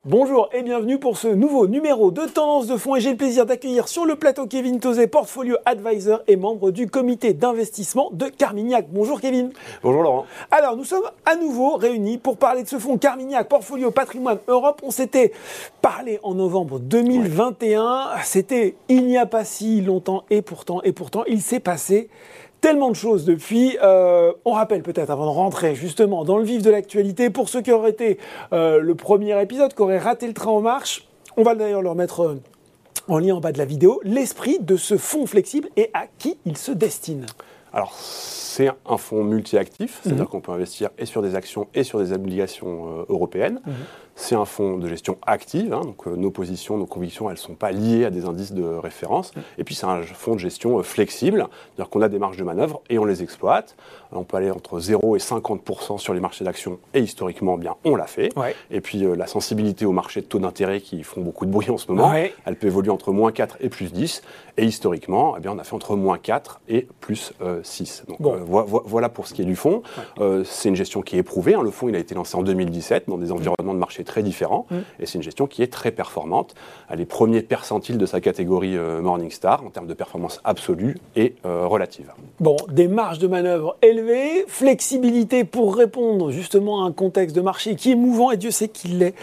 Bonjour et bienvenue pour ce nouveau numéro de Tendance de fonds et j'ai le plaisir d'accueillir sur le plateau Kevin Tauzet, portfolio advisor et membre du comité d'investissement de Carmignac. Bonjour Kevin. Bonjour Laurent. Alors nous sommes à nouveau réunis pour parler de ce fonds Carmignac Portfolio Patrimoine Europe. On s'était parlé en novembre 2021, C'était il n'y a pas si longtemps et pourtant il s'est passé tellement de choses depuis. On rappelle peut-être avant de rentrer justement dans le vif de l'actualité, pour ceux qui auraient été le premier épisode, qui auraient raté le train en marche, on va d'ailleurs leur mettre en lien en bas de la vidéo, l'esprit de ce fonds flexible et à qui il se destine. Alors, c'est un fonds multi-actif, c'est-à-dire qu'on peut investir et sur des actions et sur des obligations européennes. C'est un fonds de gestion active, donc nos positions, nos convictions, elles ne sont pas liées à des indices de référence. Et puis, c'est un fonds de gestion flexible, c'est-à-dire qu'on a des marges de manœuvre et on les exploite. On peut aller entre 0 et 50% sur les marchés d'actions et historiquement, bien, on l'a fait. Ouais. Et puis, la sensibilité aux marchés de taux d'intérêt qui font beaucoup de bruit en ce moment, elle peut évoluer entre moins 4 et plus 10. Et historiquement, eh bien, on a fait entre moins 4 et plus 6. Donc, voilà pour ce qui est du fonds. C'est une gestion qui est éprouvée. Le fonds, il a été lancé en 2017 dans des environnements de marché très différents. Et c'est une gestion qui est très performante. Elle est premier percentile de sa catégorie Morningstar en termes de performance absolue et relative. Bon, des marges de manœuvre élevées, flexibilité pour répondre justement à un contexte de marché qui est mouvant, et Dieu sait qu'il l'est.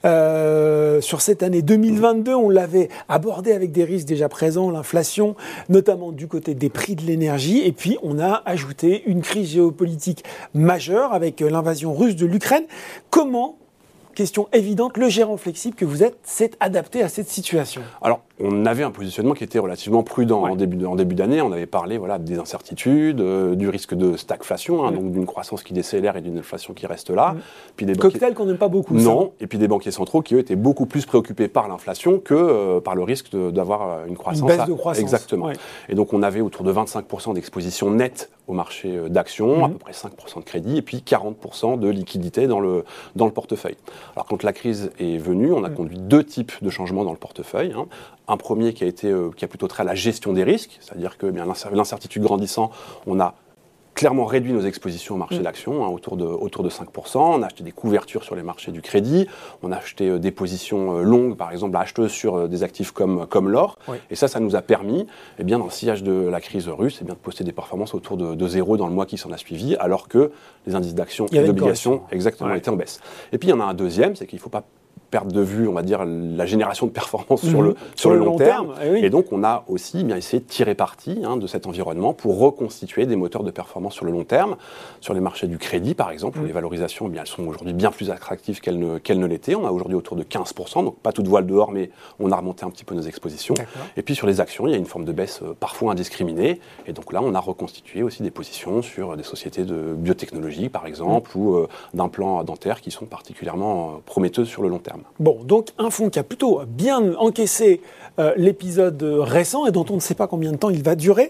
Sur cette année 2022, on l'avait abordé avec des risques déjà présents, l'inflation, notamment du côté des prix de l'énergie. Et puis, on a ajouté une crise géopolitique majeure avec l'invasion russe de l'Ukraine. Comment, question évidente, le gérant flexible que vous êtes s'est adapté à cette situation? Alors, on avait un positionnement qui était relativement prudent en début d'année. On avait parlé des incertitudes, du risque de stagflation, donc d'une croissance qui décélère et d'une inflation qui reste là. Puis des cocktail qu'on n'aime pas beaucoup. Non, et puis des banquiers centraux qui, eux, étaient beaucoup plus préoccupés par l'inflation que par le risque d'avoir une croissance. Une baisse de croissance. Exactement. Ouais. Et donc, on avait autour de 25% d'exposition nette au marché d'actions, à peu près 5% de crédit, et puis 40% de liquidité dans le portefeuille. Alors, quand la crise est venue, on a conduit deux types de changements dans le portefeuille. Un premier qui a plutôt trait à la gestion des risques, c'est-à-dire que l'incertitude grandissant, on a clairement réduit nos expositions au marché d'actions, autour de 5%. On a acheté des couvertures sur les marchés du crédit. On a acheté des positions longues, par exemple, acheteuses sur des actifs comme l'or. Oui. Et ça nous a permis, dans le sillage de la crise russe, de poster des performances autour de 0 dans le mois qui s'en a suivi, alors que les indices d'actions et d'obligations étaient en baisse. Et puis, il y en a un deuxième, c'est qu'il ne faut pas perdre de vue, on va dire, la génération de performance sur le long terme. Et donc, on a aussi essayé de tirer parti de cet environnement pour reconstituer des moteurs de performance sur le long terme. Sur les marchés du crédit, par exemple, où les valorisations, elles sont aujourd'hui bien plus attractives qu'elles ne l'étaient. On a aujourd'hui autour de 15%, donc pas toute voile dehors, mais on a remonté un petit peu nos expositions. D'accord. Et puis, sur les actions, il y a une forme de baisse parfois indiscriminée. Et donc là, on a reconstitué aussi des positions sur des sociétés de biotechnologie, par exemple, ou d'implants dentaires qui sont particulièrement prometteuses sur le long terme. Bon, donc un fonds qui a plutôt bien encaissé l'épisode récent et dont on ne sait pas combien de temps il va durer.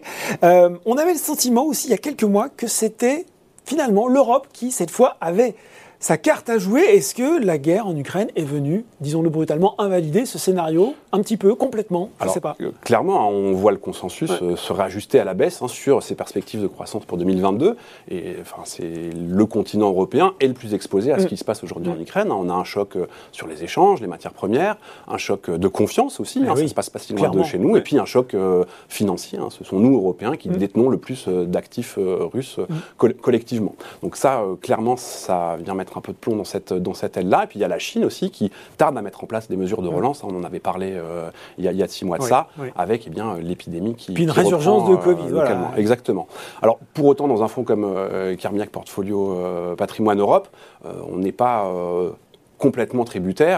On avait le sentiment aussi il y a quelques mois que c'était finalement l'Europe qui, cette fois, avait sa carte à jouer. Est-ce que la guerre en Ukraine est venue, disons-le brutalement, invalider ce scénario un petit peu, complètement? Je ne sais pas. Clairement, on voit le consensus se réajuster à la baisse sur ses perspectives de croissance pour 2022. Et c'est le continent européen est le plus exposé à ce qui se passe aujourd'hui en Ukraine. On a un choc sur les échanges, les matières premières, un choc de confiance aussi, ça ne se passe pas si loin de chez nous, et puis un choc financier. Ce sont nous, Européens, qui détenons le plus d'actifs russes collectivement. Donc ça, clairement, ça vient mettre un peu de plomb dans cette aile-là. Et puis il y a la Chine aussi qui tarde à mettre en place des mesures de relance. On en avait parlé il y a 6 mois de ça, avec l'épidémie qui puis une résurgence de Covid. Localement. Exactement. Alors pour autant, dans un fonds comme Carmignac Portfolio Patrimoine Europe, on n'est pas complètement tributaire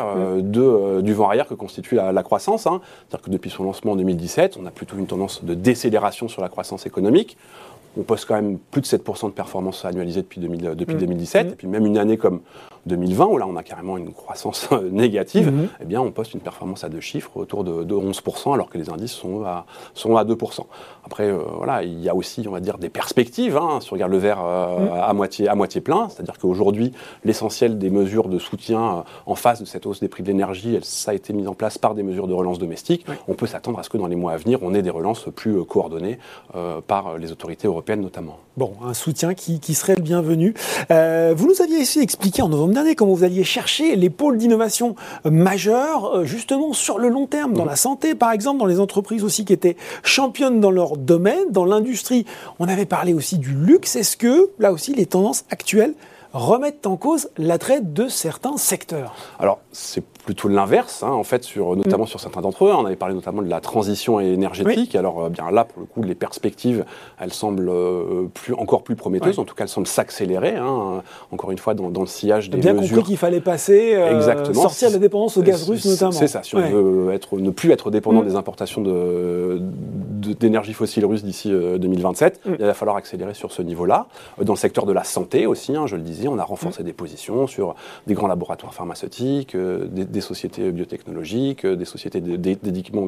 du vent arrière que constitue la croissance. C'est-à-dire que depuis son lancement en 2017, on a plutôt une tendance de décélération sur la croissance économique. On poste quand même plus de 7% de performance annualisée depuis 2017. Et puis même une année comme 2020, où là on a carrément une croissance négative, on poste une performance à deux chiffres autour de 11%, alors que les indices sont à 2%. Après, il y a aussi, on va dire, des perspectives. Si on regarde le verre à moitié plein, c'est-à-dire qu'aujourd'hui, l'essentiel des mesures de soutien en face de cette hausse des prix de l'énergie, ça a été mis en place par des mesures de relance domestique. On peut s'attendre à ce que dans les mois à venir, on ait des relances plus coordonnées par les autorités européennes notamment. Bon, un soutien qui serait le bienvenu. Vous nous aviez aussi expliqué en novembre demandé comment vous alliez chercher les pôles d'innovation majeurs, justement sur le long terme, dans la santé par exemple, dans les entreprises aussi qui étaient championnes dans leur domaine, dans l'industrie. On avait parlé aussi du luxe. Est-ce que, là aussi, les tendances actuelles remettent en cause l'attrait de certains secteurs? Alors, c'est plutôt l'inverse, en fait, notamment sur certains d'entre eux. On avait parlé notamment de la transition énergétique. Oui. Alors, bien là, pour le coup, les perspectives, elles semblent encore plus prometteuses. Ouais. En tout cas, elles semblent s'accélérer. Encore une fois, dans le sillage des mesures. Bien compris qu'il fallait passer, sortir de la dépendance au gaz russe, notamment. C'est ça. Si on veut ne plus être dépendant des importations d'énergie fossile russe d'ici 2027, il va falloir accélérer sur ce niveau-là. Dans le secteur de la santé aussi, je le disais, on a renforcé des positions sur des grands laboratoires pharmaceutiques, des sociétés biotechnologiques, des sociétés d'équipements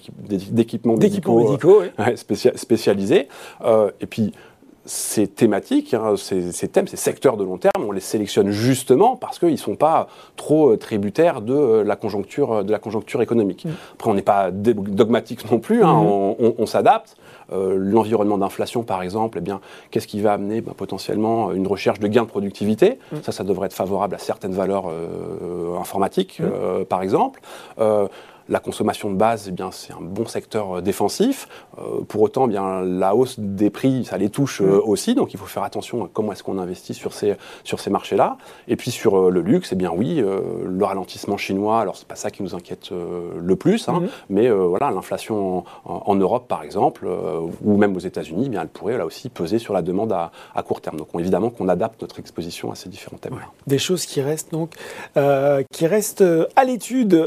médicaux spécialisés. Et puis, ces thématiques, ces thèmes, ces secteurs de long terme, on les sélectionne justement parce qu'ils ne sont pas trop tributaires de la conjoncture économique. Après, on n'est pas dogmatique non plus, on s'adapte. L'environnement d'inflation, par exemple, qu'est-ce qui va amener potentiellement une recherche de gains de productivité? Ça devrait être favorable à certaines valeurs informatiques, par exemple. La consommation de base, c'est un bon secteur défensif. Pour autant, la hausse des prix, ça les touche aussi. Donc, il faut faire attention à comment est-ce qu'on investit sur ces marchés-là. Et puis, sur le luxe, oui, le ralentissement chinois, alors c'est pas ça qui nous inquiète le plus, mais voilà, l'inflation en Europe, par exemple, ou même aux États-Unis, elle pourrait là aussi peser sur la demande à court terme. Donc, évidemment qu'on adapte notre exposition à ces différents thèmes. Ouais. Des choses qui restent donc à l'étude.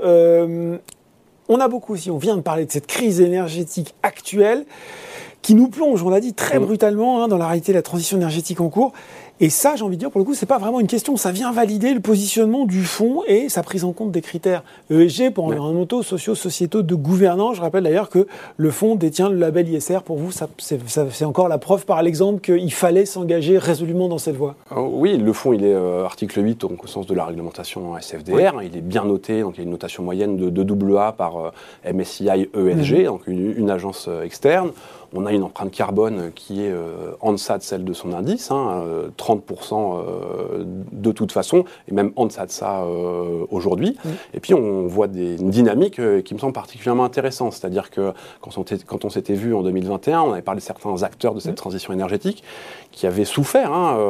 On a beaucoup aussi, on vient de parler de cette crise énergétique actuelle qui nous plonge, on l'a dit, très brutalement dans la réalité de la transition énergétique en cours. Et ça, j'ai envie de dire, pour le coup, c'est pas vraiment une question. Ça vient valider le positionnement du fonds et sa prise en compte des critères ESG pour environnementaux, sociaux, sociétaux, de gouvernance. Je rappelle d'ailleurs que le fonds détient le label ISR. Pour vous, c'est encore la preuve par l'exemple qu'il fallait s'engager résolument dans cette voie. Oui, le fonds, il est article 8, donc au sens de la réglementation SFDR. Oui. Il est bien noté, donc il y a une notation moyenne de AA par MSCI ESG, donc une agence externe. On a une empreinte carbone qui est en deçà de celle de son indice, 30% de toute façon, et même en deçà de ça aujourd'hui. Et puis on voit une dynamique qui me semble particulièrement intéressante, c'est-à-dire que quand on s'était vu en 2021, on avait parlé de certains acteurs de cette transition énergétique qui avaient souffert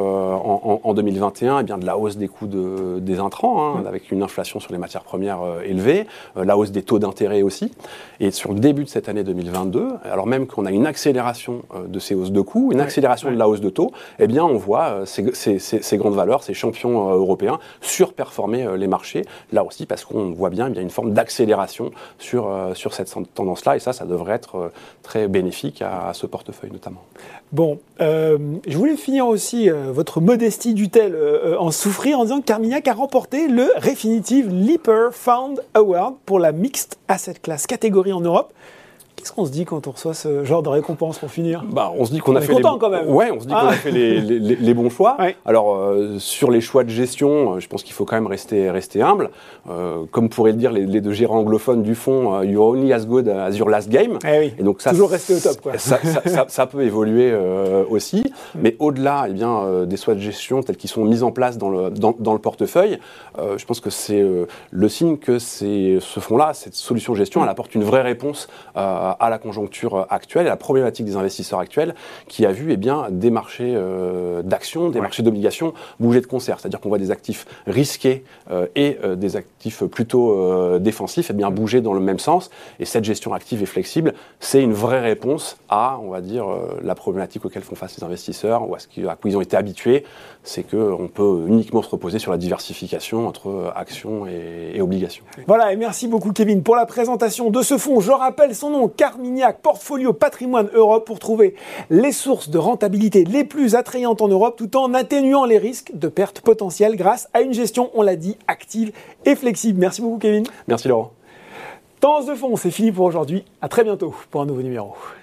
en 2021 de la hausse des coûts des intrants, avec une inflation sur les matières premières élevée, la hausse des taux d'intérêt aussi. Et sur le début de cette année 2022, alors même qu'on a une accélération de ces hausses de coûts, une accélération de la hausse de taux, on voit ces grandes valeurs, ces champions européens surperformer les marchés, là aussi parce qu'on voit bien une forme d'accélération sur cette tendance-là, et ça devrait être très bénéfique à ce portefeuille notamment. Bon, je voulais finir aussi votre modestie dut-elle en souffrir en disant que Carmignac a remporté le Refinitiv Lipper Fund Award pour la Mixed Asset Class catégorie en Europe. Qu'est-ce qu'on se dit quand on reçoit ce genre de récompense pour finir ? On se dit qu'on a fait content quand même. Ouais, on se dit qu'on a fait les bons choix. Ouais. Alors sur les choix de gestion, je pense qu'il faut quand même rester humble. Comme pourraient le dire les deux gérants anglophones du fonds, you're only as good as your last game. Oui. Et donc ça, toujours rester au top, quoi. Ça peut évoluer aussi. Mais au-delà, des choix de gestion tels qu'ils sont mis en place dans le portefeuille, je pense que c'est le signe que ce fonds-là, cette solution de gestion, elle apporte une vraie réponse à la conjoncture actuelle et à la problématique des investisseurs actuels qui a vu des marchés d'actions, des marchés d'obligations bouger de concert. C'est-à-dire qu'on voit des actifs risqués et des actifs plutôt défensifs bouger dans le même sens. Et cette gestion active et flexible, c'est une vraie réponse à, on va dire, la problématique auxquelles font face les investisseurs ou à quoi ils ont été habitués. C'est qu'on peut uniquement se reposer sur la diversification entre actions et obligations. Voilà, et merci beaucoup Kevin pour la présentation de ce fonds. Je rappelle son nom, Carmignac Portfolio Patrimoine Europe, pour trouver les sources de rentabilité les plus attrayantes en Europe tout en atténuant les risques de pertes potentielles grâce à une gestion, on l'a dit, active et flexible. Merci beaucoup Kevin. Merci Laurent. Tendance de fond, c'est fini pour aujourd'hui. À très bientôt pour un nouveau numéro.